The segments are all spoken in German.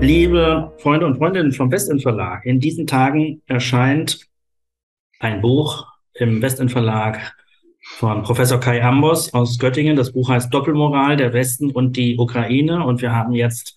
Liebe Freunde und Freundinnen vom Westend Verlag, in diesen Tagen erscheint ein Buch im Westend Verlag von Professor Kai Ambos aus Göttingen. Das Buch heißt Doppelmoral, der Westen und die Ukraine. Und wir haben jetzt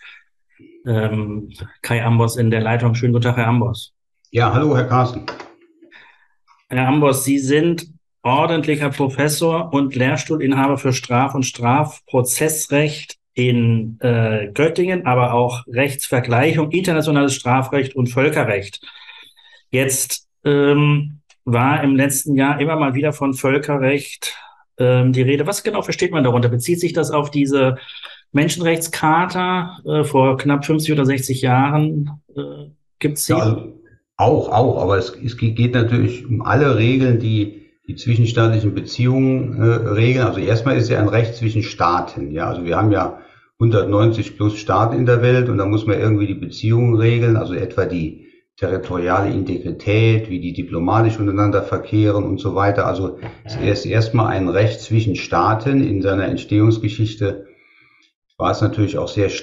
Kai Ambos in der Leitung. Schönen guten Tag, Herr Ambos. Ja, hallo, Herr Carsten. Herr Ambos, Sie sind ordentlicher Professor und Lehrstuhlinhaber für Straf- und Strafprozessrecht in Göttingen, aber auch Rechtsvergleichung, internationales Strafrecht und Völkerrecht. Jetzt war im letzten Jahr immer mal wieder von Völkerrecht die Rede. Was genau versteht man darunter? Bezieht sich das auf diese Menschenrechtscharta vor knapp 50 oder 60 Jahren? Gibt es Ja, sie? also aber es geht natürlich um alle Regeln, die zwischenstaatlichen Beziehungen regeln. Also erstmal ist ja ein Recht zwischen Staaten. Ja, also wir haben ja 190 plus Staaten in der Welt und da muss man irgendwie die Beziehungen regeln, also etwa die territoriale Integrität, wie die diplomatisch untereinander verkehren und so weiter. Also es ist erstmal ein Recht zwischen Staaten. In seiner Entstehungsgeschichte war es natürlich auch sehr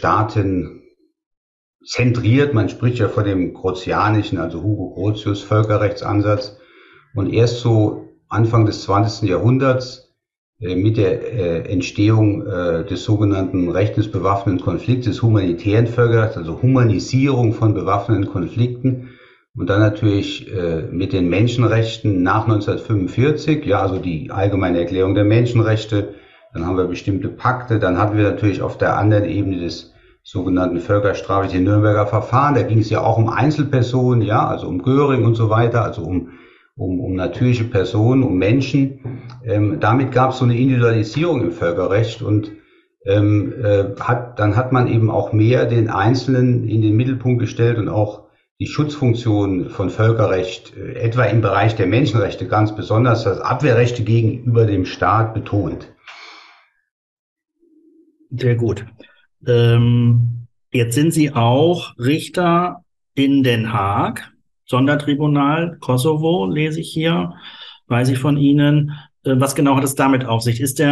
staatenzentriert. Man spricht ja von dem Grotianischen, also Hugo Grotius Völkerrechtsansatz. Und erst so Anfang des 20. Jahrhunderts mit der Entstehung des sogenannten Rechts des bewaffneten Konflikts, des humanitären Völkerrechts, also Humanisierung von bewaffneten Konflikten und dann natürlich mit den Menschenrechten nach 1945, ja, also die Allgemeine Erklärung der Menschenrechte, dann haben wir bestimmte Pakte, dann hatten wir natürlich auf der anderen Ebene des sogenannten völkerstrafrechtlichen Nürnberger Verfahren, da ging es ja auch um Einzelpersonen, ja, also um Göring und so weiter, also um natürliche Personen, um Menschen. Damit gab es so eine Individualisierung im Völkerrecht und dann hat man eben auch mehr den Einzelnen in den Mittelpunkt gestellt und auch die Schutzfunktion von Völkerrecht, etwa im Bereich der Menschenrechte ganz besonders, das Abwehrrechte gegenüber dem Staat betont. Sehr gut. Jetzt sind Sie auch Richter in Den Haag, Sondertribunal Kosovo, lese ich hier, weiß ich von Ihnen. Was genau hat es damit auf sich? Ist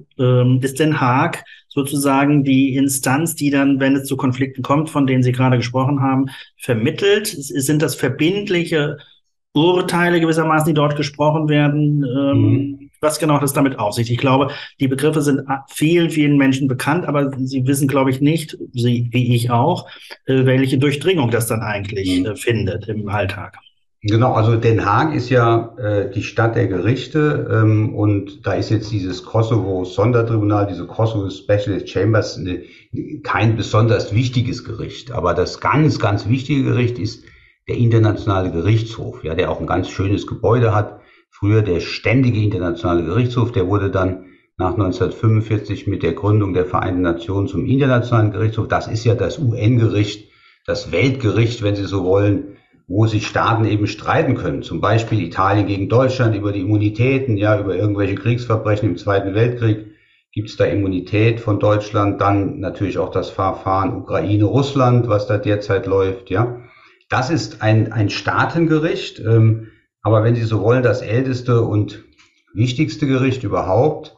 Den Haag sozusagen die Instanz, die dann, wenn es zu Konflikten kommt, von denen Sie gerade gesprochen haben, vermittelt? Sind das verbindliche Urteile gewissermaßen, die dort gesprochen werden? Mhm. Was genau hat es damit auf sich? Ich glaube, die Begriffe sind vielen, vielen Menschen bekannt, aber sie wissen, glaube ich, nicht, Sie wie ich auch, welche Durchdringung das dann eigentlich Mhm. findet im Alltag. Genau, also Den Haag ist ja die Stadt der Gerichte und da ist jetzt dieses Kosovo-Sondertribunal, diese Kosovo Specialist Chambers, kein besonders wichtiges Gericht. Aber das ganz, ganz wichtige Gericht ist der Internationale Gerichtshof, ja, der auch ein ganz schönes Gebäude hat. Früher der Ständige Internationale Gerichtshof, der wurde dann nach 1945 mit der Gründung der Vereinten Nationen zum Internationalen Gerichtshof. Das ist ja das UN-Gericht, das Weltgericht, wenn Sie so wollen, wo sich Staaten eben streiten können. Zum Beispiel Italien gegen Deutschland über die Immunitäten, ja, über irgendwelche Kriegsverbrechen im Zweiten Weltkrieg gibt es da Immunität von Deutschland. Dann natürlich auch das Verfahren Ukraine-Russland, was da derzeit läuft, ja. Das ist ein Staatengericht, aber wenn Sie so wollen, das älteste und wichtigste Gericht überhaupt.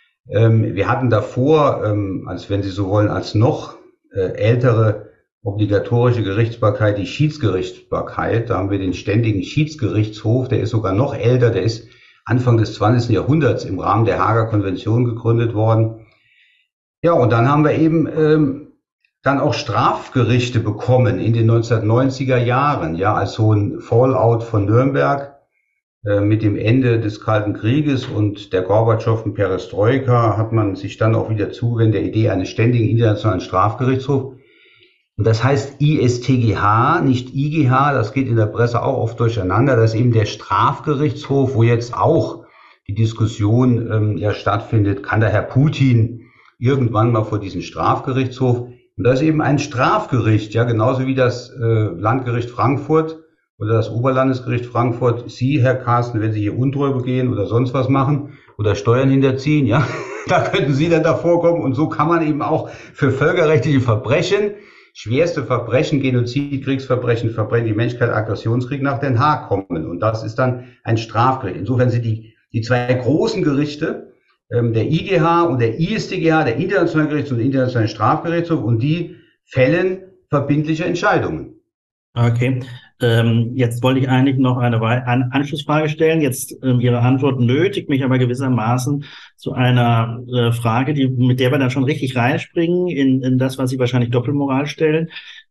Wir hatten davor, als wenn Sie so wollen, als noch ältere obligatorische Gerichtsbarkeit, die Schiedsgerichtsbarkeit. Da haben wir den Ständigen Schiedsgerichtshof, der ist sogar noch älter, der ist Anfang des 20. Jahrhunderts im Rahmen der Haager Konvention gegründet worden. Ja, und dann haben wir eben dann auch Strafgerichte bekommen in den 1990er Jahren, ja, als so ein Fallout von Nürnberg mit dem Ende des Kalten Krieges und der Gorbatschow und Perestroika hat man sich dann auch wieder zugewendet der Idee eines ständigen internationalen Strafgerichtshofs. Und das heißt ISTGH, nicht IGH, das geht in der Presse auch oft durcheinander. Das ist eben der Strafgerichtshof, wo jetzt auch die Diskussion ja stattfindet, kann der Herr Putin irgendwann mal vor diesen Strafgerichtshof? Und das ist eben ein Strafgericht, ja, genauso wie das Landgericht Frankfurt oder das Oberlandesgericht Frankfurt. Sie, Herr Carsten, wenn Sie hier Untreue begehen oder sonst was machen oder Steuern hinterziehen, ja, da könnten Sie dann davor kommen. Und so kann man eben auch für völkerrechtliche Verbrechen, schwerste Verbrechen, Genozid, Kriegsverbrechen, Verbrechen gegen Menschlichkeit, Aggressionskrieg nach Den Haag kommen. Und das ist dann ein Strafgericht. Insofern sind die zwei großen Gerichte, der IGH und der IStGH, der Internationale Gerichtshof und der Internationale Strafgerichtshof, und die fällen verbindliche Entscheidungen. Okay. Jetzt wollte ich eigentlich noch eine Anschlussfrage stellen. Jetzt Ihre Antwort nötigt mich aber gewissermaßen zu einer Frage, mit der wir dann schon richtig reinspringen in das, was Sie wahrscheinlich Doppelmoral stellen.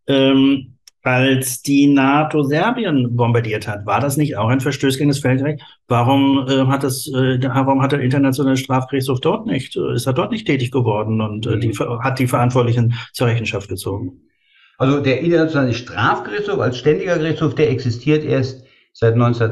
Als die NATO Serbien bombardiert hat, war das nicht auch ein Verstöß gegen das Völkerrecht? Warum warum hat der Internationale Strafgerichtshof ist er dort nicht tätig geworden und hat die Verantwortlichen zur Rechenschaft gezogen? Also der Internationale Strafgerichtshof als ständiger Gerichtshof, der existiert erst seit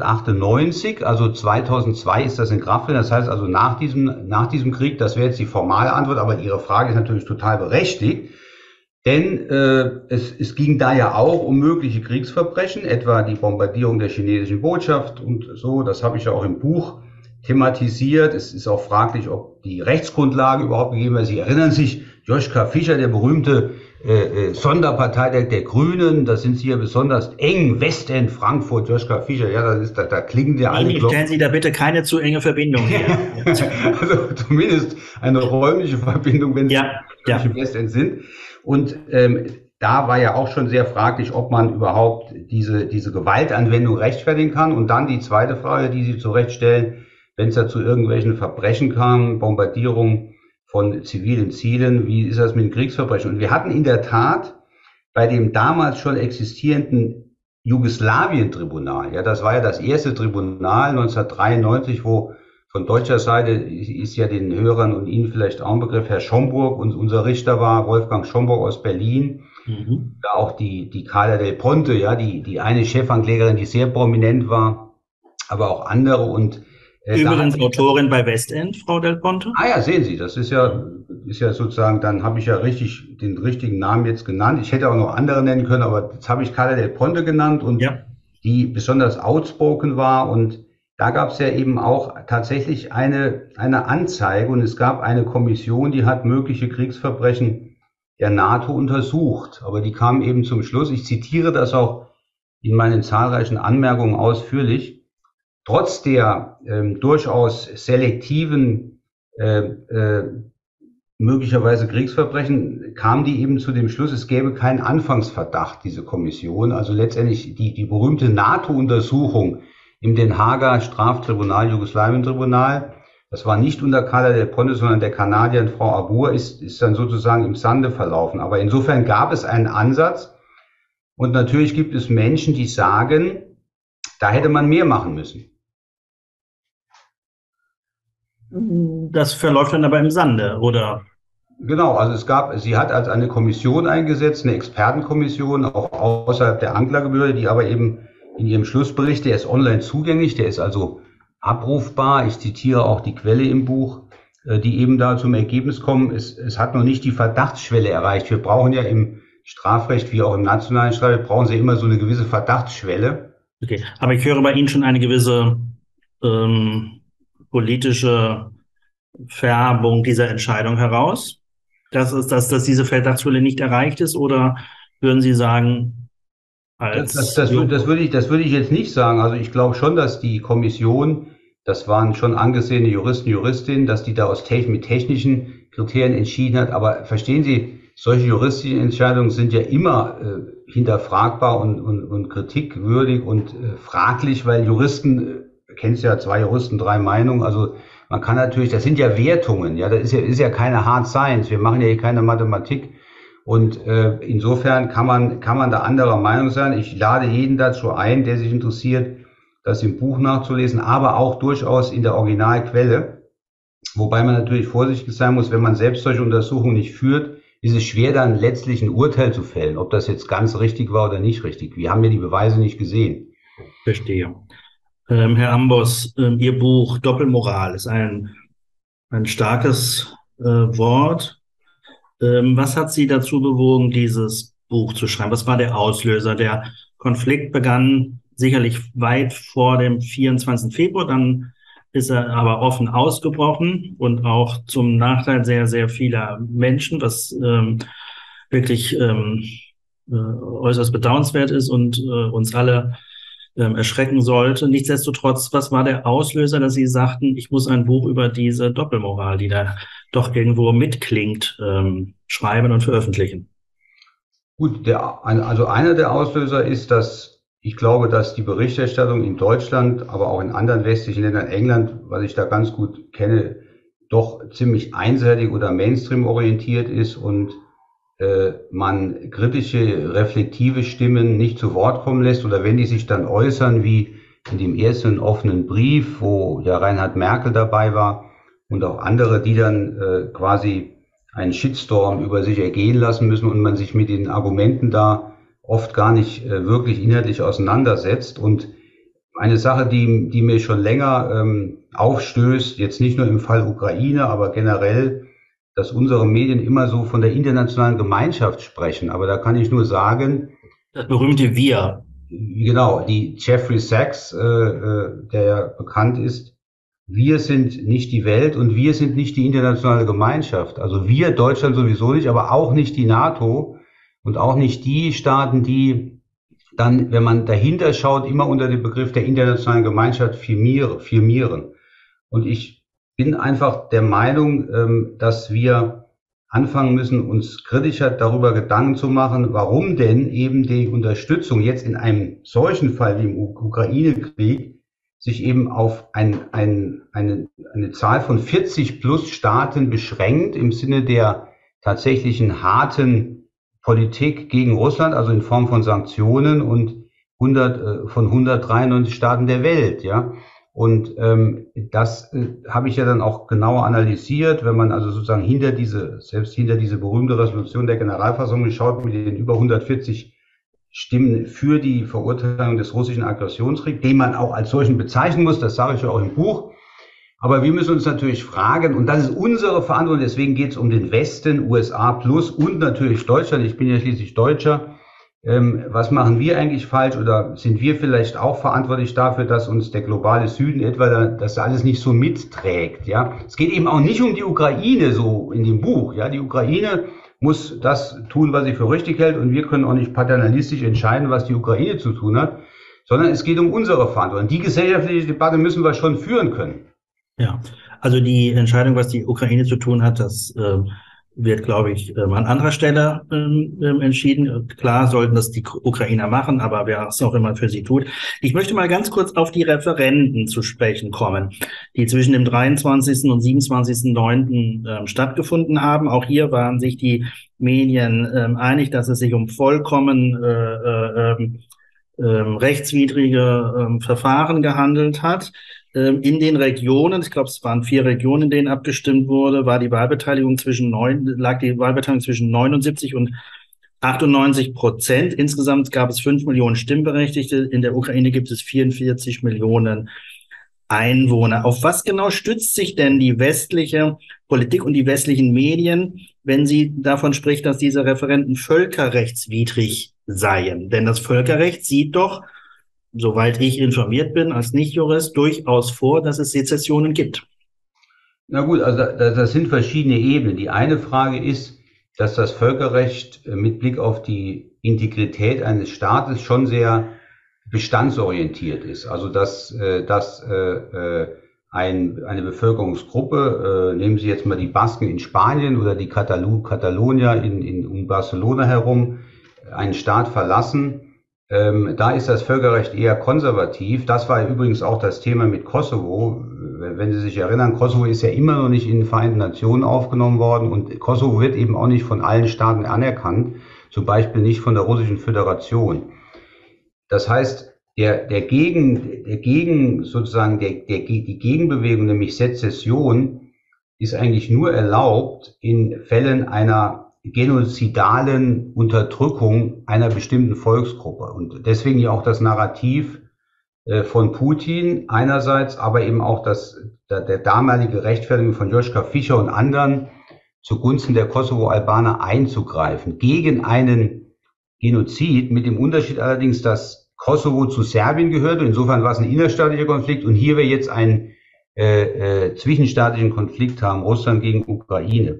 1998, also 2002 ist das in Kraft. Das heißt also nach diesem Krieg, das wäre jetzt die formale Antwort, aber Ihre Frage ist natürlich total berechtigt, denn es ging da ja auch um mögliche Kriegsverbrechen, etwa die Bombardierung der chinesischen Botschaft und so, das habe ich ja auch im Buch thematisiert. Es ist auch fraglich, ob die Rechtsgrundlage überhaupt gegeben ist. Sie erinnern sich, Joschka Fischer, der berühmte Sonderparteitag der Grünen, da sind Sie ja besonders eng, Westend, Frankfurt, Joschka Fischer, ja, da klingen ja alle Glocken. Stellen Sie da bitte keine zu enge Verbindung her. Also zumindest eine räumliche Verbindung, wenn Sie im Westend sind. Und da war ja auch schon sehr fraglich, ob man überhaupt diese Gewaltanwendung rechtfertigen kann. Und dann die zweite Frage, die Sie zu Recht stellen, wenn es da zu irgendwelchen Verbrechen kam, Bombardierung von zivilen Zielen, wie ist das mit den Kriegsverbrechen? Und wir hatten in der Tat bei dem damals schon existierenden Jugoslawien-Tribunal, ja, das war ja das erste Tribunal 1993, wo von deutscher Seite ist ja den Hörern und Ihnen vielleicht auch ein Begriff, Herr Schomburg, und unser Richter war Wolfgang Schomburg aus Berlin. Da auch die Carla Del Ponte, ja, die eine Chefanklägerin, die sehr prominent war, aber auch andere. Und übrigens Autorin bei Westend, Frau Del Ponte. Ah ja, sehen Sie, das ist ja sozusagen, dann habe ich ja den richtigen Namen jetzt genannt. Ich hätte auch noch andere nennen können, aber jetzt habe ich Carla Del Ponte genannt und die besonders outspoken war. Und da gab es ja eben auch tatsächlich eine Anzeige und es gab eine Kommission, die hat mögliche Kriegsverbrechen der NATO untersucht. Aber die kam eben zum Schluss, ich zitiere das auch in meinen zahlreichen Anmerkungen ausführlich, trotz der durchaus selektiven möglicherweise Kriegsverbrechen kam die eben zu dem Schluss, es gäbe keinen Anfangsverdacht, diese Kommission. Also letztendlich die berühmte NATO-Untersuchung im Den Haager Straftribunal, Jugoslawien-Tribunal, das war nicht unter Carla Del Ponte, sondern der Kanadierin Frau Abur, ist dann sozusagen im Sande verlaufen. Aber insofern gab es einen Ansatz. Und natürlich gibt es Menschen, die sagen, da hätte man mehr machen müssen. Das verläuft dann aber im Sande, oder? Genau, also sie hat als eine Kommission eingesetzt, eine Expertenkommission, auch außerhalb der Anklagebehörde, die aber eben in ihrem Schlussbericht, der ist online zugänglich, der ist also abrufbar, ich zitiere auch die Quelle im Buch, die eben da zum Ergebnis kommen, es hat noch nicht die Verdachtsschwelle erreicht. Wir brauchen ja im Strafrecht wie auch im nationalen Strafrecht, brauchen sie immer so eine gewisse Verdachtsschwelle. Okay, aber ich höre bei Ihnen schon eine gewisse politische Färbung dieser Entscheidung heraus, dass diese Verdachtsschwelle nicht erreicht ist, oder würden Sie sagen, das würde ich jetzt nicht sagen. Also ich glaube schon, dass die Kommission, das waren schon angesehene Juristen, Juristinnen, dass die da mit technischen Kriterien entschieden hat. Aber verstehen Sie, solche juristischen Entscheidungen sind ja immer hinterfragbar und kritikwürdig und fraglich, weil Juristen, kennst ja 2 Juristen, 3 Meinungen, also man kann natürlich, das sind ja Wertungen, ja, das ist ja keine Hard Science, wir machen ja hier keine Mathematik und insofern kann man da anderer Meinung sein. Ich lade jeden dazu ein, der sich interessiert, das im Buch nachzulesen, aber auch durchaus in der Originalquelle, wobei man natürlich vorsichtig sein muss, wenn man selbst solche Untersuchungen nicht führt, ist es schwer, dann letztlich ein Urteil zu fällen, ob das jetzt ganz richtig war oder nicht richtig. Wir haben ja die Beweise nicht gesehen. Verstehe. Herr Ambos, Ihr Buch Doppelmoral ist ein starkes Wort. Was hat Sie dazu bewogen, dieses Buch zu schreiben? Was war der Auslöser? Der Konflikt begann sicherlich weit vor dem 24. Februar, dann ist er aber offen ausgebrochen und auch zum Nachteil sehr, sehr vieler Menschen, was wirklich äußerst bedauernswert ist und uns alle erschrecken sollte. Nichtsdestotrotz, was war der Auslöser, dass Sie sagten, ich muss ein Buch über diese Doppelmoral, die da doch irgendwo mitklingt, schreiben und veröffentlichen? Gut, also einer der Auslöser ist, dass ich glaube, dass die Berichterstattung in Deutschland, aber auch in anderen westlichen Ländern, England, was ich da ganz gut kenne, doch ziemlich einseitig oder Mainstream orientiert ist und man kritische, reflektive Stimmen nicht zu Wort kommen lässt oder wenn die sich dann äußern, wie in dem ersten offenen Brief, wo ja Reinhard Merkel dabei war und auch andere, die dann quasi einen Shitstorm über sich ergehen lassen müssen und man sich mit den Argumenten da oft gar nicht wirklich inhaltlich auseinandersetzt. Und eine Sache, die mir schon länger aufstößt, jetzt nicht nur im Fall Ukraine, aber generell, dass unsere Medien immer so von der internationalen Gemeinschaft sprechen. Aber da kann ich nur sagen, Das berühmte Wir. genau, die Jeffrey Sachs, der ja bekannt ist, wir sind nicht die Welt und wir sind nicht die internationale Gemeinschaft. Also wir, Deutschland sowieso nicht, aber auch nicht die NATO und auch nicht die Staaten, die dann, wenn man dahinter schaut, immer unter dem Begriff der internationalen Gemeinschaft firmieren. Und ich bin einfach der Meinung, dass wir anfangen müssen, uns kritischer darüber Gedanken zu machen, warum denn eben die Unterstützung jetzt in einem solchen Fall wie im Ukraine-Krieg sich eben auf eine Zahl von 40 plus Staaten beschränkt im Sinne der tatsächlichen harten Politik gegen Russland, also in Form von Sanktionen und 193 Staaten der Welt, ja. Und das habe ich ja dann auch genauer analysiert, wenn man also sozusagen selbst hinter diese berühmte Resolution der Generalversammlung schaut mit den über 140 Stimmen für die Verurteilung des russischen Aggressionskriegs, den man auch als solchen bezeichnen muss, das sage ich ja auch im Buch. Aber wir müssen uns natürlich fragen, und das ist unsere Verantwortung, deswegen geht es um den Westen, USA plus und natürlich Deutschland, ich bin ja schließlich Deutscher, was machen wir eigentlich falsch oder sind wir vielleicht auch verantwortlich dafür, dass uns der globale Süden etwa das alles nicht so mitträgt, ja? Es geht eben auch nicht um die Ukraine so in dem Buch, ja? Die Ukraine muss das tun, was sie für richtig hält und wir können auch nicht paternalistisch entscheiden, was die Ukraine zu tun hat, sondern es geht um unsere Verantwortung. Die gesellschaftliche Debatte müssen wir schon führen können. Ja, also die Entscheidung, was die Ukraine zu tun hat, das wird, glaube ich, an anderer Stelle entschieden. Klar sollten das die Ukrainer machen, aber wer es auch immer für sie tut. Ich möchte mal ganz kurz auf die Referenden zu sprechen kommen, die zwischen dem 23. und 27.09. Stattgefunden haben. Auch hier waren sich die Medien einig, dass es sich um vollkommen rechtswidrige Verfahren gehandelt hat. In den Regionen, ich glaube, es waren 4 Regionen, in denen abgestimmt wurde, lag die Wahlbeteiligung zwischen 79 und 98%. Insgesamt gab es 5 Millionen Stimmberechtigte. In der Ukraine gibt es 44 Millionen Einwohner. Auf was genau stützt sich denn die westliche Politik und die westlichen Medien, wenn sie davon spricht, dass diese Referenden völkerrechtswidrig seien? Denn das Völkerrecht sieht doch, soweit ich informiert bin, als Nichtjurist, durchaus vor, dass es Sezessionen gibt. Na gut, also das sind verschiedene Ebenen. Die eine Frage ist, dass das Völkerrecht mit Blick auf die Integrität eines Staates schon sehr bestandsorientiert ist. Also dass eine Bevölkerungsgruppe, nehmen Sie jetzt mal die Basken in Spanien oder die Katalonier um Barcelona herum, einen Staat verlassen. Da ist das Völkerrecht eher konservativ. Das war übrigens auch das Thema mit Kosovo. Wenn Sie sich erinnern, Kosovo ist ja immer noch nicht in den Vereinten Nationen aufgenommen worden und Kosovo wird eben auch nicht von allen Staaten anerkannt, zum Beispiel nicht von der Russischen Föderation. Das heißt, die Gegenbewegung, nämlich Sezession, ist eigentlich nur erlaubt in Fällen einer genozidalen Unterdrückung einer bestimmten Volksgruppe. Und deswegen ja auch das Narrativ von Putin einerseits, aber eben auch der damalige Rechtfertigung von Joschka Fischer und anderen zugunsten der Kosovo-Albaner einzugreifen, gegen einen Genozid, mit dem Unterschied allerdings, dass Kosovo zu Serbien gehört und insofern war es ein innerstaatlicher Konflikt und hier wir jetzt einen zwischenstaatlichen Konflikt haben, Russland gegen Ukraine.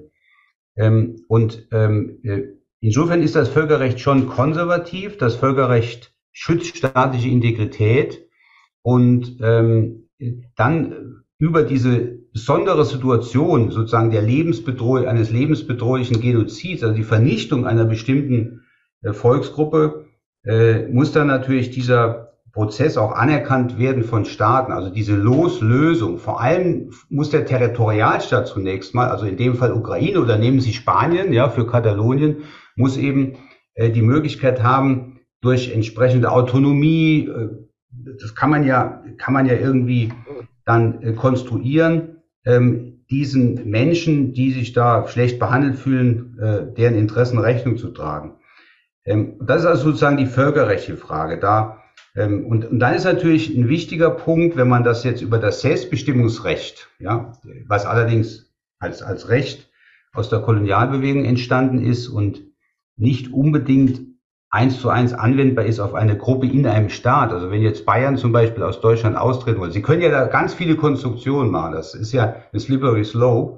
Insofern ist das Völkerrecht schon konservativ. Das Völkerrecht schützt staatliche Integrität und dann über diese besondere Situation sozusagen eines lebensbedrohlichen Genozids, also die Vernichtung einer bestimmten Volksgruppe, muss dann natürlich dieser Prozess auch anerkannt werden von Staaten, also diese Loslösung. Vor allem muss der Territorialstaat zunächst mal, also in dem Fall Ukraine oder nehmen Sie Spanien, ja, für Katalonien, muss eben die Möglichkeit haben, durch entsprechende Autonomie, das kann man ja irgendwie dann konstruieren, diesen Menschen, die sich da schlecht behandelt fühlen, deren Interessen Rechnung zu tragen. Das ist also sozusagen die völkerrechtliche Frage. Und dann ist natürlich ein wichtiger Punkt, wenn man das jetzt über das Selbstbestimmungsrecht, ja, was allerdings als Recht aus der Kolonialbewegung entstanden ist und nicht unbedingt 1:1 anwendbar ist auf eine Gruppe in einem Staat. Also wenn jetzt Bayern zum Beispiel aus Deutschland austreten wollen, Sie können ja da ganz viele Konstruktionen machen. Das ist ja ein slippery slope.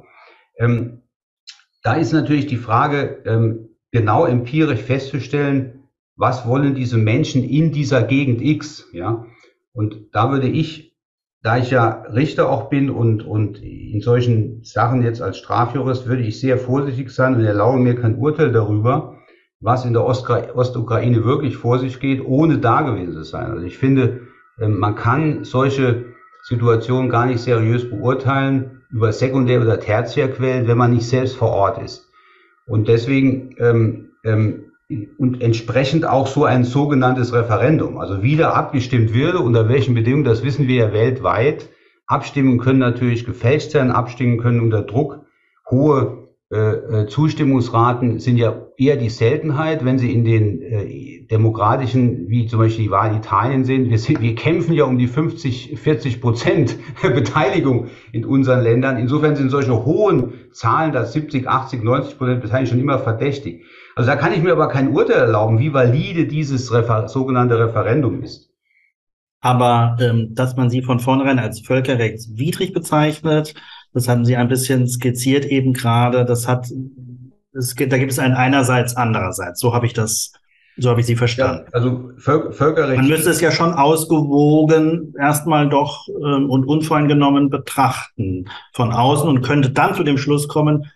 Da ist natürlich die Frage, genau empirisch festzustellen, was wollen diese Menschen in dieser Gegend X, ja? Und da würde ich, da ich ja Richter auch bin und in solchen Sachen jetzt als Strafjurist, würde ich sehr vorsichtig sein und erlaube mir kein Urteil darüber, was in der Ostukraine wirklich vor sich geht, ohne da gewesen zu sein. Also ich finde, man kann solche Situationen gar nicht seriös beurteilen über Sekundär- oder Tertiärquellen, wenn man nicht selbst vor Ort ist. Und deswegen und entsprechend auch so ein sogenanntes Referendum, also wie da abgestimmt würde, unter welchen Bedingungen, das wissen wir ja weltweit. Abstimmungen können natürlich gefälscht sein, Abstimmungen können unter Druck. Hohe Zustimmungsraten sind ja eher die Seltenheit, wenn Sie in den demokratischen, wie zum Beispiel die Wahl in Italien sehen. Wir kämpfen ja um die 40% Beteiligung in unseren Ländern. Insofern sind solche hohen Zahlen, dass 70, 80, 90% Beteiligung schon immer verdächtig. Also da kann ich mir aber kein Urteil erlauben, wie valide dieses sogenannte Referendum ist. Aber dass man sie von vornherein als völkerrechtswidrig bezeichnet, das haben Sie ein bisschen skizziert eben gerade, da gibt es ein einerseits, andererseits. So habe ich Sie verstanden. Ja, also Völkerrecht. Man müsste es ja schon ausgewogen erstmal doch und unvoreingenommen betrachten von außen und könnte dann zu dem Schluss kommen,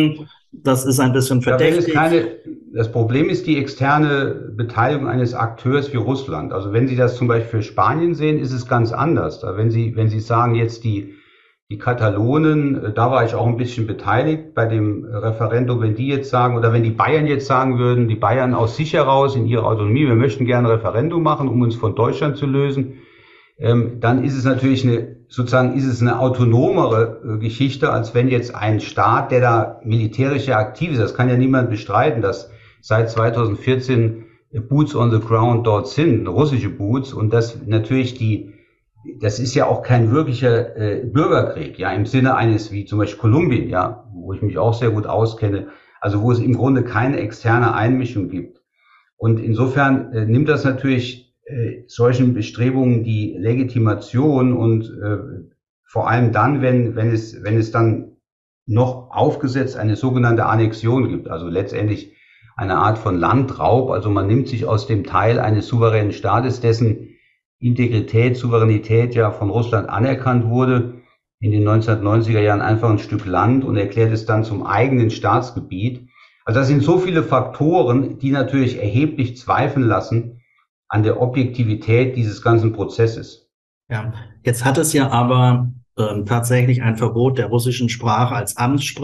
das ist ein bisschen verdächtig. Das Problem ist die externe Beteiligung eines Akteurs wie Russland. Also wenn Sie das zum Beispiel für Spanien sehen, ist es ganz anders. Wenn Sie sagen jetzt die Katalonen, da war ich auch ein bisschen beteiligt bei dem Referendum, wenn die jetzt sagen, oder wenn die Bayern jetzt sagen würden, die Bayern aus sich heraus in ihrer Autonomie, wir möchten gerne ein Referendum machen, um uns von Deutschland zu lösen, dann ist es natürlich eine autonomere Geschichte, als wenn jetzt ein Staat, der da militärisch ja aktiv ist, das kann ja niemand bestreiten, dass seit 2014 Boots on the ground dort sind, russische Boots, und das natürlich das ist ja auch kein wirklicher Bürgerkrieg, ja, im Sinne eines wie zum Beispiel Kolumbien, ja, wo ich mich auch sehr gut auskenne, also wo es im Grunde keine externe Einmischung gibt. Und insofern nimmt das natürlich solchen Bestrebungen die Legitimation und vor allem dann, wenn es dann noch aufgesetzt eine sogenannte Annexion gibt, also letztendlich eine Art von Landraub, also man nimmt sich aus dem Teil eines souveränen Staates, dessen Integrität, Souveränität ja von Russland anerkannt wurde, in den 1990er Jahren einfach ein Stück Land und erklärt es dann zum eigenen Staatsgebiet. Also das sind so viele Faktoren, die natürlich erheblich zweifeln lassen an der Objektivität dieses ganzen Prozesses. Ja, jetzt hat es ja aber tatsächlich ein Verbot der russischen Sprache als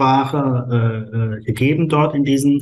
Amtssprache gegeben dort in diesen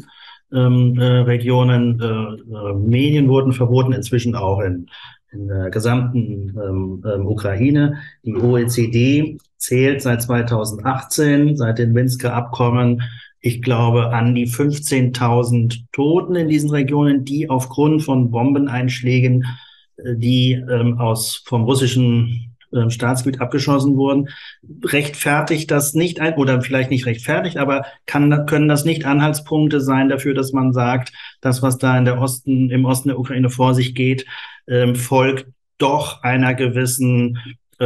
Regionen. Medien wurden verboten, inzwischen auch in der gesamten Ukraine. Die OECD zählt seit 2018, seit den Minsker Abkommen, ich glaube, an die 15.000 Toten in diesen Regionen, die aufgrund von Bombeneinschlägen, die vom russischen Staatsgebiet abgeschossen wurden, rechtfertigt das nicht, oder vielleicht nicht rechtfertigt, aber können das nicht Anhaltspunkte sein dafür, dass man sagt, das, was da im Osten der Ukraine vor sich geht, folgt doch einer gewissen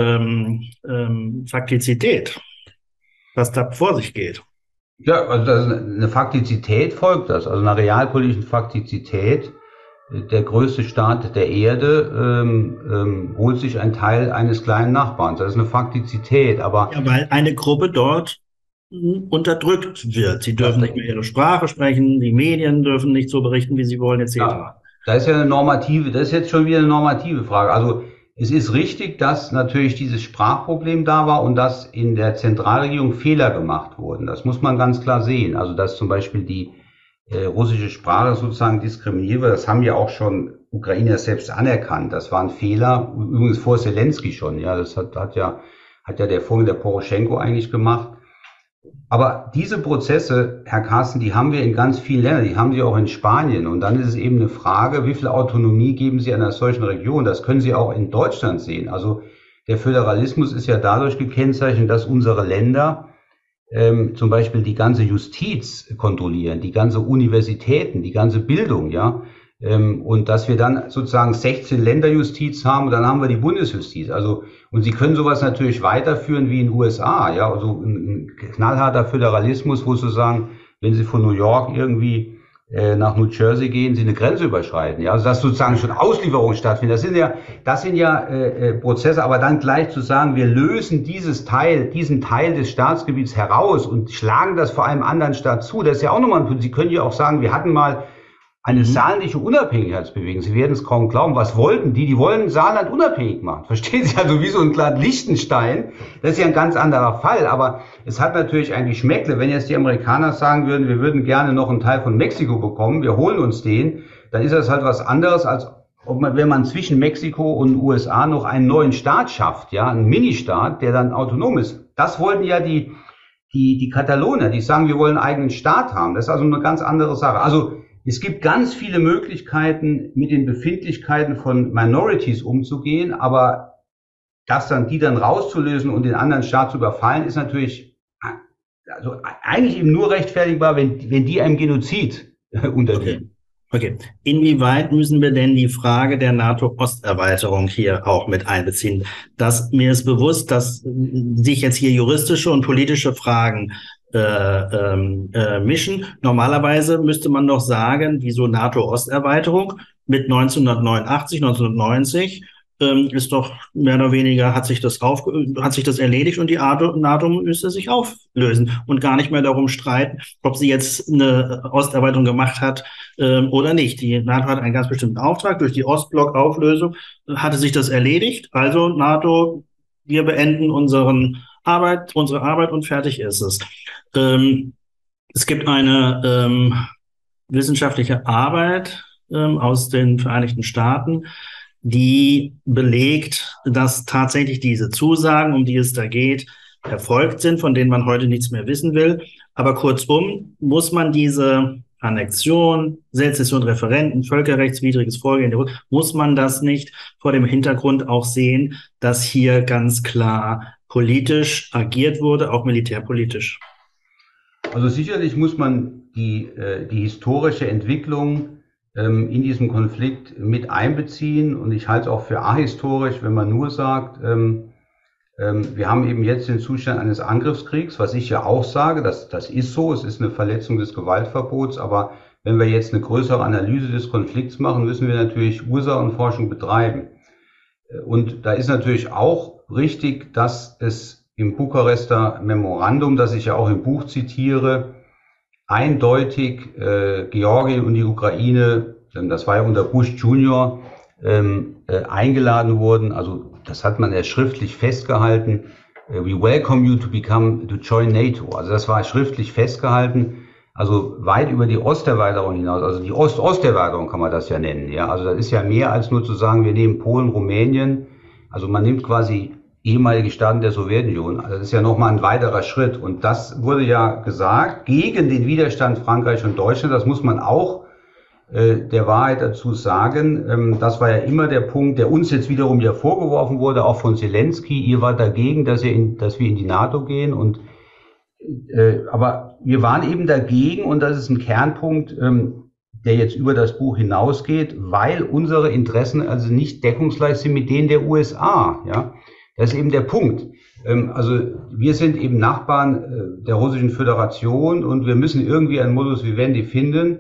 Faktizität, was da vor sich geht. Ja, also eine Faktizität folgt das, also einer realpolitischen Faktizität. Der größte Staat der Erde holt sich einen Teil eines kleinen Nachbarns. Das ist eine Faktizität, aber... Ja, weil eine Gruppe dort unterdrückt wird. Sie dürfen nicht mehr ihre Sprache sprechen, die Medien dürfen nicht so berichten, wie sie wollen, etc. Ja, da ist ja eine normative, das ist jetzt schon wieder eine normative Frage. Also es ist richtig, dass natürlich dieses Sprachproblem da war und dass in der Zentralregierung Fehler gemacht wurden. Das muss man ganz klar sehen. Also dass zum Beispiel die russische Sprache sozusagen diskriminiert wird, das haben ja auch schon Ukrainer selbst anerkannt. Das war ein Fehler, übrigens vor Zelensky schon. Ja, das hat ja der Vorgänger, der Poroschenko, eigentlich gemacht. Aber diese Prozesse, Herr Carsten, die haben wir in ganz vielen Ländern, die haben Sie auch in Spanien. Und dann ist es eben eine Frage, wie viel Autonomie geben Sie einer solchen Region? Das können Sie auch in Deutschland sehen. Also der Föderalismus ist ja dadurch gekennzeichnet, dass unsere Länder zum Beispiel die ganze Justiz kontrollieren, die ganze Universitäten, die ganze Bildung, ja. Und dass wir dann sozusagen 16 Länderjustiz haben, und dann haben wir die Bundesjustiz. Also, und Sie können sowas natürlich weiterführen wie in den USA, ja, also ein knallharter Föderalismus, wo sozusagen, wenn Sie von New York irgendwie nach New Jersey gehen, Sie eine Grenze überschreiten, ja, also dass sozusagen schon Auslieferungen stattfinden. Das sind ja Prozesse, aber dann gleich zu sagen, wir lösen diesen Teil des Staatsgebiets heraus und schlagen das vor einem anderen Staat zu, das ist ja auch nochmal ein Punkt. Sie können ja auch sagen, wir hatten mal eine saarländische Unabhängigkeitsbewegung. Sie werden es kaum glauben. Was wollten die? Die wollen Saarland unabhängig machen. Verstehen Sie? Also wie so ein kleines Liechtenstein. Das ist ja ein ganz anderer Fall. Aber es hat natürlich ein Geschmäckle. Wenn jetzt die Amerikaner sagen würden, wir würden gerne noch einen Teil von Mexiko bekommen, wir holen uns den, dann ist das halt was anderes, als wenn man zwischen Mexiko und USA noch einen neuen Staat schafft, ja, einen Ministaat, der dann autonom ist. Das wollten ja die Katalonier, die sagen, wir wollen einen eigenen Staat haben. Das ist also eine ganz andere Sache. Also es gibt ganz viele Möglichkeiten, mit den Befindlichkeiten von Minorities umzugehen, aber die dann rauszulösen und den anderen Staat zu überfallen, ist natürlich also eigentlich eben nur rechtfertigbar, wenn die einem Genozid unterliegen. Okay. Inwieweit müssen wir denn die Frage der NATO-Osterweiterung hier auch mit einbeziehen? Mir ist bewusst, dass sich jetzt hier juristische und politische Fragen mischen. Normalerweise müsste man doch sagen, wieso NATO-Osterweiterung mit 1989, 1990 ist doch mehr oder weniger hat sich das erledigt und die NATO müsste sich auflösen und gar nicht mehr darum streiten, ob sie jetzt eine Osterweiterung gemacht hat oder nicht. Die NATO hat einen ganz bestimmten Auftrag. Durch die Ostblock-Auflösung hatte sich das erledigt. Also NATO, wir beenden unsere Arbeit und fertig ist es. Es gibt eine wissenschaftliche Arbeit aus den Vereinigten Staaten, die belegt, dass tatsächlich diese Zusagen, um die es da geht, erfolgt sind, von denen man heute nichts mehr wissen will. Aber kurzum muss man diese Annexion, Sezession, Referenden, völkerrechtswidriges Vorgehen, muss man das nicht vor dem Hintergrund auch sehen, dass hier ganz klar politisch agiert wurde, auch militärpolitisch? Also sicherlich muss man die historische Entwicklung in diesem Konflikt mit einbeziehen, und ich halte es auch für ahistorisch, wenn man nur sagt, wir haben eben jetzt den Zustand eines Angriffskriegs, was ich ja auch sage, das ist so, es ist eine Verletzung des Gewaltverbots, aber wenn wir jetzt eine größere Analyse des Konflikts machen, müssen wir natürlich Ursachenforschung betreiben. Und da ist natürlich auch richtig, dass es im Bukarester Memorandum, das ich ja auch im Buch zitiere, eindeutig Georgien und die Ukraine, das war ja unter Bush Junior, eingeladen wurden. Also das hat man ja schriftlich festgehalten. We welcome you to join NATO. Also das war schriftlich festgehalten. Also weit über die Osterweiterung hinaus. Also die Osterweiterung kann man das ja nennen. Ja, also das ist ja mehr als nur zu sagen, wir nehmen Polen, Rumänien. Also man nimmt quasi ehemalige Staaten der Sowjetunion. Also das ist ja nochmal ein weiterer Schritt. Und das wurde ja gesagt gegen den Widerstand Frankreich und Deutschland. Das muss man auch der Wahrheit dazu sagen. Das war ja immer der Punkt, der uns jetzt wiederum ja vorgeworfen wurde, auch von Zelensky. Ihr wart dagegen, dass wir in die NATO gehen. Und aber wir waren eben dagegen, und das ist ein Kernpunkt, der jetzt über das Buch hinausgeht, weil unsere Interessen also nicht deckungsgleich sind mit denen der USA. Ja, das ist eben der Punkt. Also wir sind eben Nachbarn der Russischen Föderation, und wir müssen irgendwie einen Modus vivendi finden,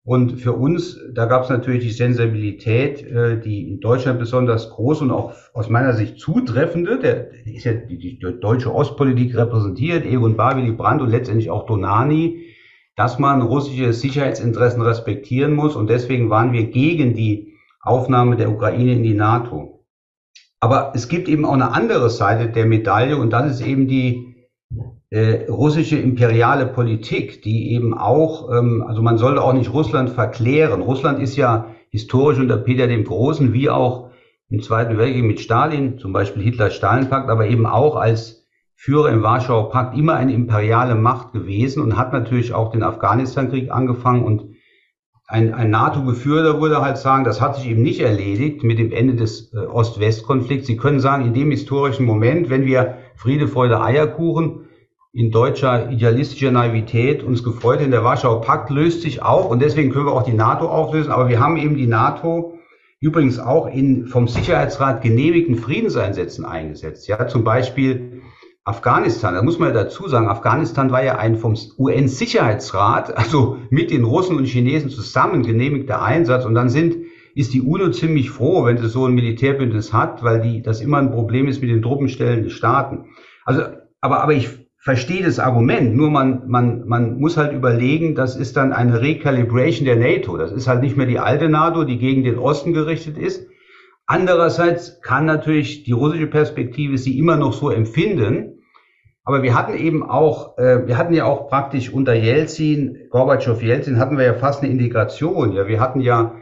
Und für uns, da gab es natürlich die Sensibilität, die in Deutschland besonders groß und auch aus meiner Sicht zutreffende, der ist ja die deutsche Ostpolitik repräsentiert, Egon Bahr, Willy Brandt und letztendlich auch Dohnanyi, dass man russische Sicherheitsinteressen respektieren muss. Und deswegen waren wir gegen die Aufnahme der Ukraine in die NATO. Aber es gibt eben auch eine andere Seite der Medaille und das ist eben die russische imperiale Politik, die eben auch, also man sollte auch nicht Russland verklären. Russland ist ja historisch unter Peter dem Großen, wie auch im Zweiten Weltkrieg mit Stalin, zum Beispiel Hitler-Stalin-Pakt, aber eben auch als Führer im Warschauer Pakt immer eine imperiale Macht gewesen und hat natürlich auch den Afghanistan-Krieg angefangen und ein NATO-Geführter würde halt sagen, das hat sich eben nicht erledigt mit dem Ende des Ost-West-Konflikts. Sie können sagen, in dem historischen Moment, wenn wir Friede, Freude, Eierkuchen in deutscher idealistischer Naivität uns gefreut in der Warschauer Pakt löst sich auf und deswegen können wir auch die NATO auflösen. Aber wir haben eben die NATO übrigens auch in vom Sicherheitsrat genehmigten Friedenseinsätzen eingesetzt. Ja, zum Beispiel Afghanistan. Da muss man ja dazu sagen, Afghanistan war ja ein vom UN-Sicherheitsrat, also mit den Russen und Chinesen zusammen genehmigter Einsatz. Und dann ist die UNO ziemlich froh, wenn sie so ein Militärbündnis hat, weil das immer ein Problem ist mit den Truppenstellen des Staaten. Also, aber ich verstehe das Argument, nur man muss halt überlegen, das ist dann eine Recalibration der NATO. Das ist halt nicht mehr die alte NATO, die gegen den Osten gerichtet ist. Andererseits kann natürlich die russische Perspektive sie immer noch so empfinden. Aber wir hatten ja auch praktisch unter Gorbatschow-Jelzin hatten wir ja fast eine Integration. Ja, wir hatten ja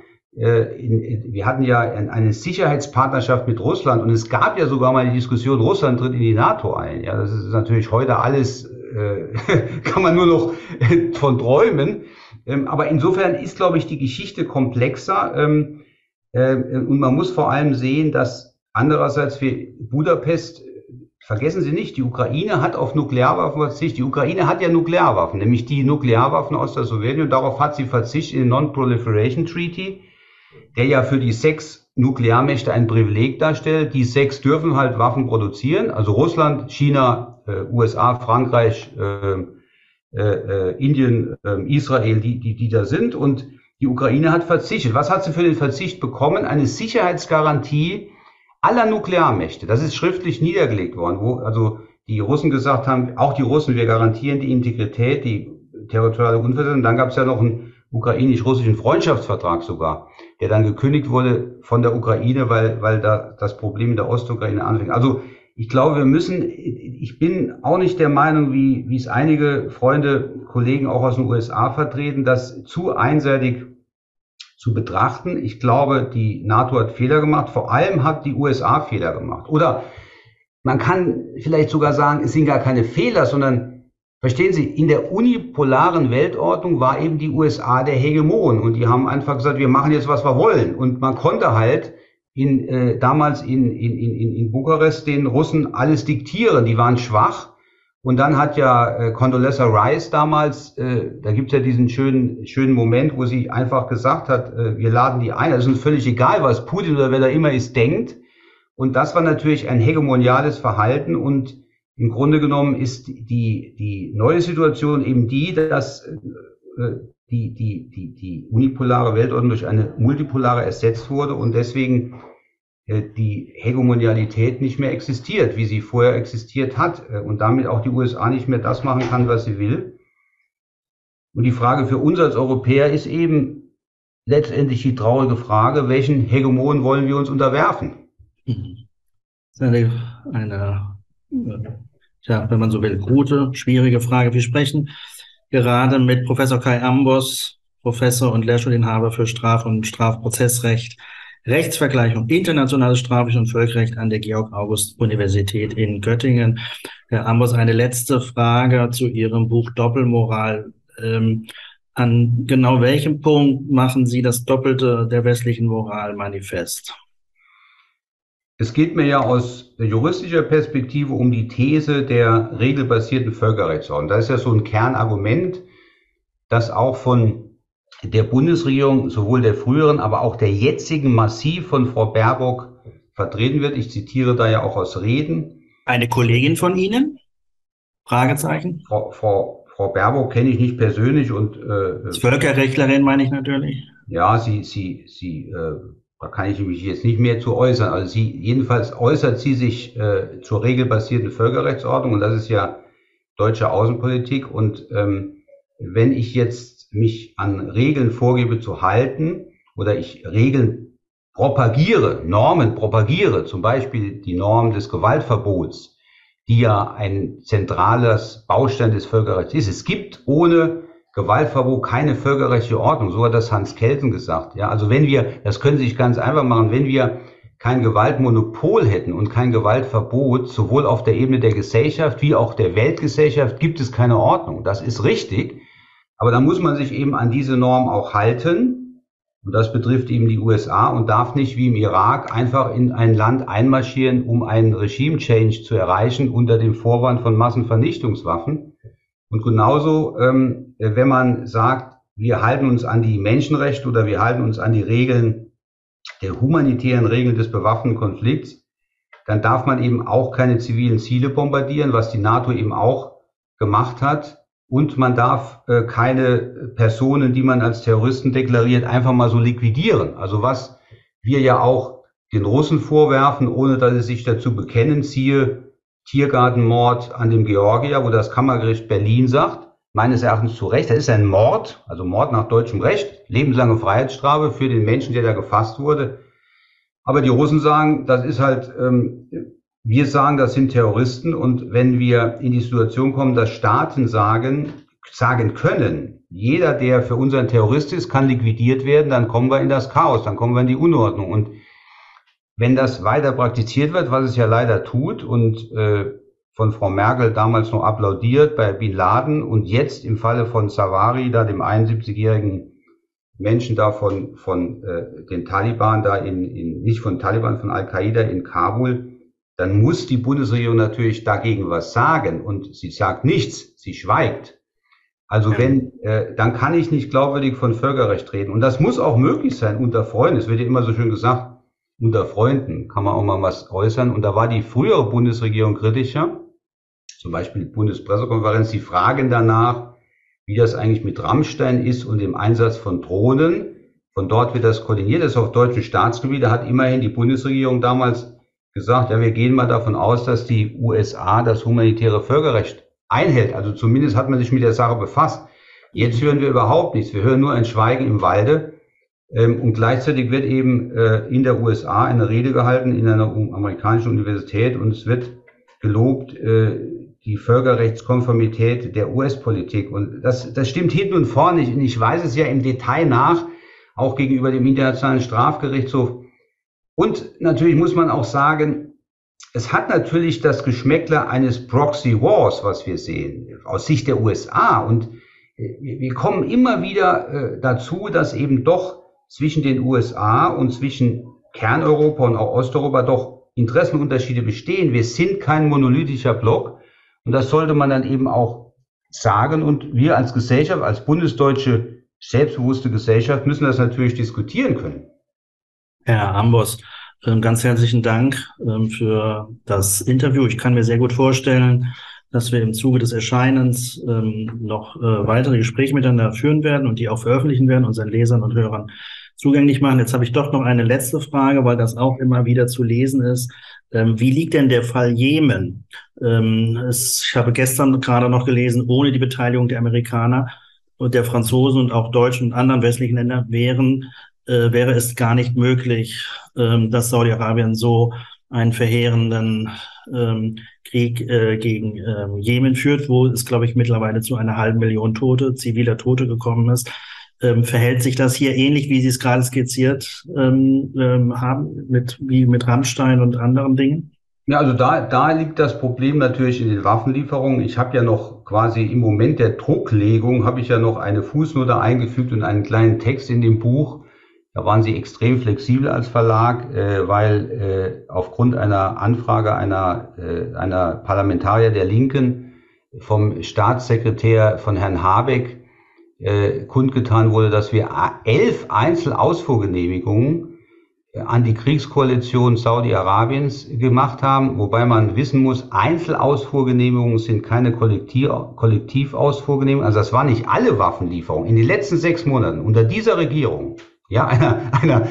eine Sicherheitspartnerschaft mit Russland und es gab ja sogar mal die Diskussion, Russland tritt in die NATO ein. Ja, das ist natürlich heute alles, kann man nur noch von träumen. Aber insofern ist, glaube ich, die Geschichte komplexer. Und man muss vor allem sehen, dass andererseits für Budapest, vergessen Sie nicht, die Ukraine hat auf Nuklearwaffen verzichtet. Die Ukraine hat ja Nuklearwaffen, nämlich die Nuklearwaffen aus der Sowjetunion. Darauf hat sie verzichtet in den Non-Proliferation Treaty, der ja für die 6 Nuklearmächte ein Privileg darstellt. Die 6 dürfen halt Waffen produzieren, also Russland, China, USA, Frankreich, Indien, Israel, die da sind. Und die Ukraine hat verzichtet. Was hat sie für den Verzicht bekommen? Eine Sicherheitsgarantie aller Nuklearmächte. Das ist schriftlich niedergelegt worden, wo also die Russen gesagt haben, auch die Russen, wir garantieren die Integrität, die territoriale Unversehrtheit. Und dann gab es ja noch einen ukrainisch-russischen Freundschaftsvertrag sogar, der dann gekündigt wurde von der Ukraine, weil da das Problem in der Ostukraine anfing. Also ich glaube, ich bin auch nicht der Meinung, wie es einige Freunde, Kollegen auch aus den USA vertreten, das zu einseitig zu betrachten. Ich glaube, die NATO hat Fehler gemacht, vor allem hat die USA Fehler gemacht. Oder man kann vielleicht sogar sagen, es sind gar keine Fehler, sondern, verstehen Sie, in der unipolaren Weltordnung war eben die USA der Hegemon und die haben einfach gesagt, wir machen jetzt, was wir wollen. Und man konnte halt damals in Bukarest den Russen alles diktieren. Die waren schwach. Und dann hat ja Condoleezza Rice damals, da gibt's ja diesen schönen Moment, wo sie einfach gesagt hat, wir laden die ein. Es ist uns völlig egal, was Putin oder wer da immer ist, denkt. Und das war natürlich ein hegemoniales Verhalten. Und im Grunde genommen ist die neue Situation eben die, dass die unipolare Weltordnung durch eine multipolare ersetzt wurde und deswegen die Hegemonialität nicht mehr existiert, wie sie vorher existiert hat und damit auch die USA nicht mehr das machen kann, was sie will. Und die Frage für uns als Europäer ist eben letztendlich die traurige Frage, welchen Hegemon wollen wir uns unterwerfen? Das ist ja, wenn man so will, gute, schwierige Frage. Wir sprechen gerade mit Professor Kai Ambos, Professor und Lehrstuhlinhaber für Straf- und Strafprozessrecht, Rechtsvergleichung, internationales Strafrecht und Völkerrecht an der Georg-August-Universität in Göttingen. Herr Ambos, eine letzte Frage zu Ihrem Buch Doppelmoral. An genau welchem Punkt machen Sie das Doppelte der westlichen Moral manifest? Es geht mir ja aus juristischer Perspektive um die These der regelbasierten Völkerrechtsordnung. Das ist ja so ein Kernargument, das auch von der Bundesregierung, sowohl der früheren, aber auch der jetzigen massiv von Frau Baerbock vertreten wird. Ich zitiere da ja auch aus Reden. Eine Kollegin von Ihnen? Fragezeichen. Frau Frau Baerbock kenne ich nicht persönlich und Als Völkerrechtlerin meine ich natürlich. ja, da kann ich mich jetzt nicht mehr zu äußern. Also jedenfalls äußert sie sich zur regelbasierten Völkerrechtsordnung und das ist ja deutsche Außenpolitik. Und wenn ich jetzt mich an Regeln vorgebe zu halten oder ich Regeln propagiere, Normen propagiere, zum Beispiel die Norm des Gewaltverbots, die ja ein zentrales Baustein des Völkerrechts ist. Es gibt ohne Gewaltverbot keine völkerrechtliche Ordnung. So hat das Hans Kelsen gesagt. Ja, also wenn wir, das können Sie sich ganz einfach machen, wenn wir kein Gewaltmonopol hätten und kein Gewaltverbot, sowohl auf der Ebene der Gesellschaft wie auch der Weltgesellschaft, gibt es keine Ordnung. Das ist richtig. Aber da muss man sich eben an diese Norm auch halten. Und das betrifft eben die USA und darf nicht wie im Irak einfach in ein Land einmarschieren, um einen Regime-Change zu erreichen unter dem Vorwand von Massenvernichtungswaffen. Und genauso, wenn man sagt, wir halten uns an die Menschenrechte oder wir halten uns an die Regeln, der humanitären Regeln des bewaffneten Konflikts, dann darf man eben auch keine zivilen Ziele bombardieren, was die NATO eben auch gemacht hat. Und man darf keine Personen, die man als Terroristen deklariert, einfach mal so liquidieren. Also was wir ja auch den Russen vorwerfen, ohne dass sie sich dazu bekennen, siehe Tiergartenmord an dem Georgier, wo das Kammergericht Berlin sagt, meines Erachtens zu Recht, das ist ein Mord, also Mord nach deutschem Recht, lebenslange Freiheitsstrafe für den Menschen, der da gefasst wurde. Aber die Russen sagen, das ist halt... Wir sagen, das sind Terroristen und wenn wir in die Situation kommen, dass Staaten sagen können, jeder, der für uns ein Terrorist ist, kann liquidiert werden, dann kommen wir in das Chaos, dann kommen wir in die Unordnung. Und wenn das weiter praktiziert wird, was es ja leider tut und von Frau Merkel damals noch applaudiert bei Bin Laden und jetzt im Falle von Zawahri, da dem 71-jährigen Menschen da von den Taliban, da nicht von Taliban, von Al-Qaida in Kabul, dann muss die Bundesregierung natürlich dagegen was sagen und sie sagt nichts, sie schweigt. Also dann kann ich nicht glaubwürdig von Völkerrecht reden. Und das muss auch möglich sein unter Freunden. Es wird ja immer so schön gesagt, unter Freunden kann man auch mal was äußern. Und da war die frühere Bundesregierung kritischer, zum Beispiel die Bundespressekonferenz, die fragen danach, wie das eigentlich mit Rammstein ist und dem Einsatz von Drohnen. Von dort wird das koordiniert, das ist auf deutschem Staatsgebiet. Da hat immerhin die Bundesregierung damals gesagt, ja, wir gehen mal davon aus, dass die USA das humanitäre Völkerrecht einhält. Also zumindest hat man sich mit der Sache befasst. Jetzt hören wir überhaupt nichts. Wir hören nur ein Schweigen im Walde. Und gleichzeitig wird eben in der USA eine Rede gehalten in einer amerikanischen Universität und es wird gelobt, die Völkerrechtskonformität der US-Politik. Und das stimmt hinten und vorne nicht. Und ich weiß es ja im Detail nach, auch gegenüber dem Internationalen Strafgerichtshof. Und natürlich muss man auch sagen, es hat natürlich das Geschmäckle eines Proxy Wars, was wir sehen, aus Sicht der USA. Und wir kommen immer wieder dazu, dass eben doch zwischen den USA und zwischen Kerneuropa und auch Osteuropa doch Interessenunterschiede bestehen. Wir sind kein monolithischer Block. Und das sollte man dann eben auch sagen. Und wir als Gesellschaft, als bundesdeutsche, selbstbewusste Gesellschaft müssen das natürlich diskutieren können. Herr Ambos, ganz herzlichen Dank für das Interview. Ich kann mir sehr gut vorstellen, dass wir im Zuge des Erscheinens noch weitere Gespräche miteinander führen werden und die auch veröffentlichen werden, unseren Lesern und Hörern zugänglich machen. Jetzt habe ich doch noch eine letzte Frage, weil das auch immer wieder zu lesen ist. Wie liegt denn der Fall Jemen? Ich habe gestern gerade noch gelesen, ohne die Beteiligung der Amerikaner und der Franzosen und auch Deutschen und anderen westlichen Länder wäre es gar nicht möglich, dass Saudi-Arabien so einen verheerenden Krieg gegen Jemen führt, wo es, glaube ich, mittlerweile zu einer 500.000 ziviler Tote gekommen ist. Verhält sich das hier ähnlich, wie Sie es gerade skizziert haben, wie mit Rammstein und anderen Dingen? Ja, also da liegt das Problem natürlich in den Waffenlieferungen. Ich habe ja noch quasi im Moment der Drucklegung, habe ich ja noch eine Fußnote eingefügt und einen kleinen Text in dem Buch. Da waren sie extrem flexibel als Verlag, weil aufgrund einer Anfrage einer Parlamentarier der Linken vom Staatssekretär von Herrn Habeck kundgetan wurde, dass wir 11 Einzelausfuhrgenehmigungen Antikriegskoalition Saudi-Arabiens gemacht haben, wobei man wissen muss, Einzelausfuhrgenehmigungen sind keine Kollektivausfuhrgenehmigungen. Also das waren nicht alle Waffenlieferungen. In den letzten 6 Monaten unter dieser Regierung, ja, einer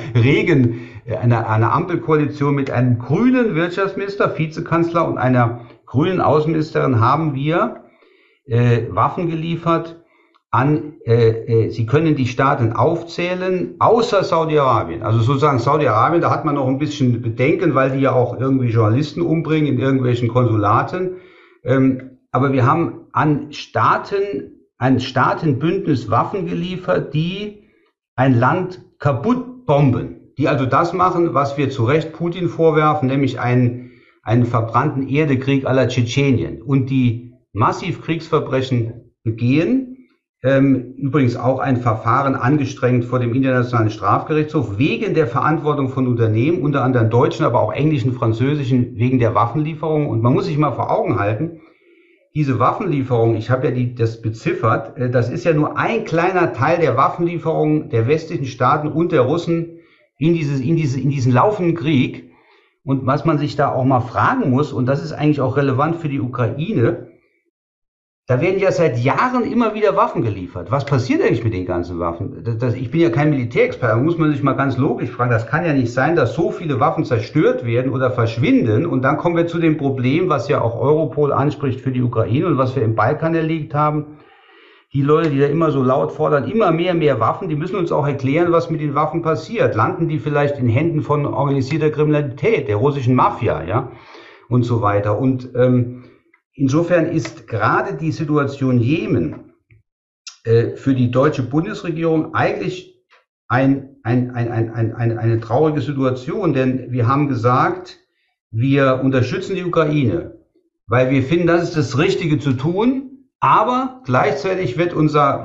Ampelkoalition mit einem grünen Wirtschaftsminister, Vizekanzler und einer grünen Außenministerin haben wir Waffen geliefert an, Sie können die Staaten aufzählen, außer Saudi-Arabien. Also sozusagen Saudi-Arabien, da hat man noch ein bisschen Bedenken, weil die ja auch irgendwie Journalisten umbringen in irgendwelchen Konsulaten. Aber wir haben an ein Staatenbündnis Waffen geliefert, die ein Land kaputt bomben. Die also das machen, was wir zu Recht Putin vorwerfen, nämlich einen verbrannten Erdekrieg à la Tschetschenien. Und die massiv Kriegsverbrechen begehen. Übrigens auch ein Verfahren angestrengt vor dem Internationalen Strafgerichtshof wegen der Verantwortung von Unternehmen, unter anderem deutschen, aber auch englischen, französischen, wegen der Waffenlieferungen. Und man muss sich mal vor Augen halten, diese Waffenlieferungen, ich habe ja das beziffert, das ist ja nur ein kleiner Teil der Waffenlieferungen der westlichen Staaten und der Russen in diesen laufenden Krieg. Und was man sich da auch mal fragen muss, und das ist eigentlich auch relevant für die Ukraine, da werden ja seit Jahren immer wieder Waffen geliefert. Was passiert eigentlich mit den ganzen Waffen? Ich bin ja kein Militärexperte, da muss man sich mal ganz logisch fragen. Das kann ja nicht sein, dass so viele Waffen zerstört werden oder verschwinden. Und dann kommen wir zu dem Problem, was ja auch Europol anspricht für die Ukraine und was wir im Balkan erlebt haben. Die Leute, die da immer so laut fordern, immer mehr Waffen, die müssen uns auch erklären, was mit den Waffen passiert. Landen die vielleicht in Händen von organisierter Kriminalität, der russischen Mafia, ja, und so weiter. Und insofern ist gerade die Situation Jemen für die deutsche Bundesregierung eigentlich eine traurige Situation, denn wir haben gesagt, wir unterstützen die Ukraine, weil wir finden, das ist das Richtige zu tun, aber gleichzeitig wird unser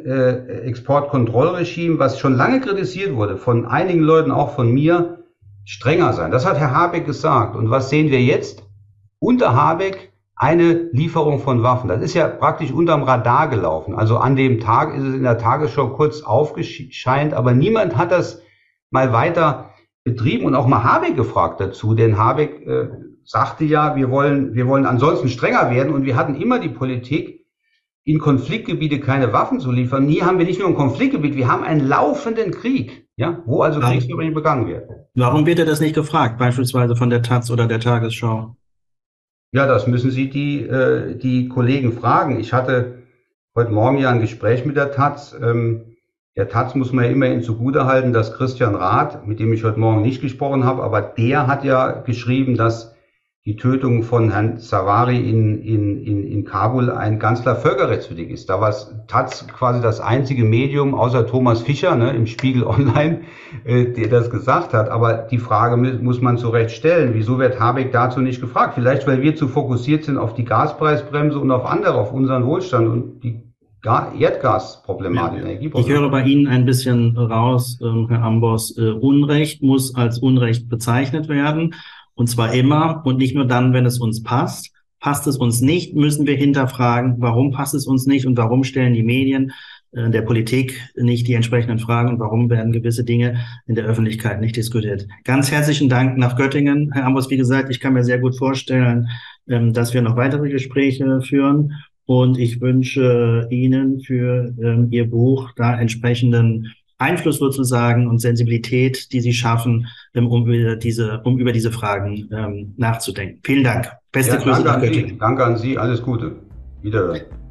Waffenexportkontrollregime, was schon lange kritisiert wurde, von einigen Leuten, auch von mir, strenger sein. Das hat Herr Habeck gesagt. Und was sehen wir jetzt? Unter Habeck eine Lieferung von Waffen. Das ist ja praktisch unterm Radar gelaufen. Also an dem Tag ist es in der Tagesschau kurz aufgescheint, aber niemand hat das mal weiter betrieben und auch mal Habeck gefragt dazu, denn Habeck sagte ja, wir wollen ansonsten strenger werden und wir hatten immer die Politik, in Konfliktgebiete keine Waffen zu liefern. Nie haben wir nicht nur ein Konfliktgebiet, wir haben einen laufenden Krieg, ja, wo also Kriegsverbrechen begangen werden. Warum wird er das nicht gefragt, beispielsweise von der Taz oder der Tagesschau? Ja, das müssen Sie die Kollegen fragen. Ich hatte heute Morgen ja ein Gespräch mit der Taz. Der Taz muss man ja immerhin zugutehalten, dass Christian Rath, mit dem ich heute Morgen nicht gesprochen habe, aber der hat ja geschrieben, dass die Tötung von Herrn Zawahri in Kabul ein ganz klar völkerrechtswidrig ist. Da war Taz quasi das einzige Medium, außer Thomas Fischer, ne, im Spiegel Online, der das gesagt hat. Aber die Frage muss man zu Recht stellen. Wieso wird Habeck dazu nicht gefragt? Vielleicht, weil wir zu fokussiert sind auf die Gaspreisbremse und auf andere, auf unseren Wohlstand und die Erdgasproblematik, Energieproblematik. Ich höre bei Ihnen ein bisschen raus, Herr Ambros, Unrecht muss als Unrecht bezeichnet werden. Und zwar immer und nicht nur dann, wenn es uns passt. Passt es uns nicht, müssen wir hinterfragen, warum passt es uns nicht und warum stellen die Medien der Politik nicht die entsprechenden Fragen und warum werden gewisse Dinge in der Öffentlichkeit nicht diskutiert. Ganz herzlichen Dank nach Göttingen. Herr Ambros, wie gesagt, ich kann mir sehr gut vorstellen, dass wir noch weitere Gespräche führen. Und ich wünsche Ihnen für Ihr Buch da entsprechenden Einfluss sozusagen und Sensibilität, die Sie schaffen, um über diese Fragen nachzudenken. Vielen Dank. Beste Grüße nach Göttingen. Danke an Sie. Alles Gute. Wiederhören.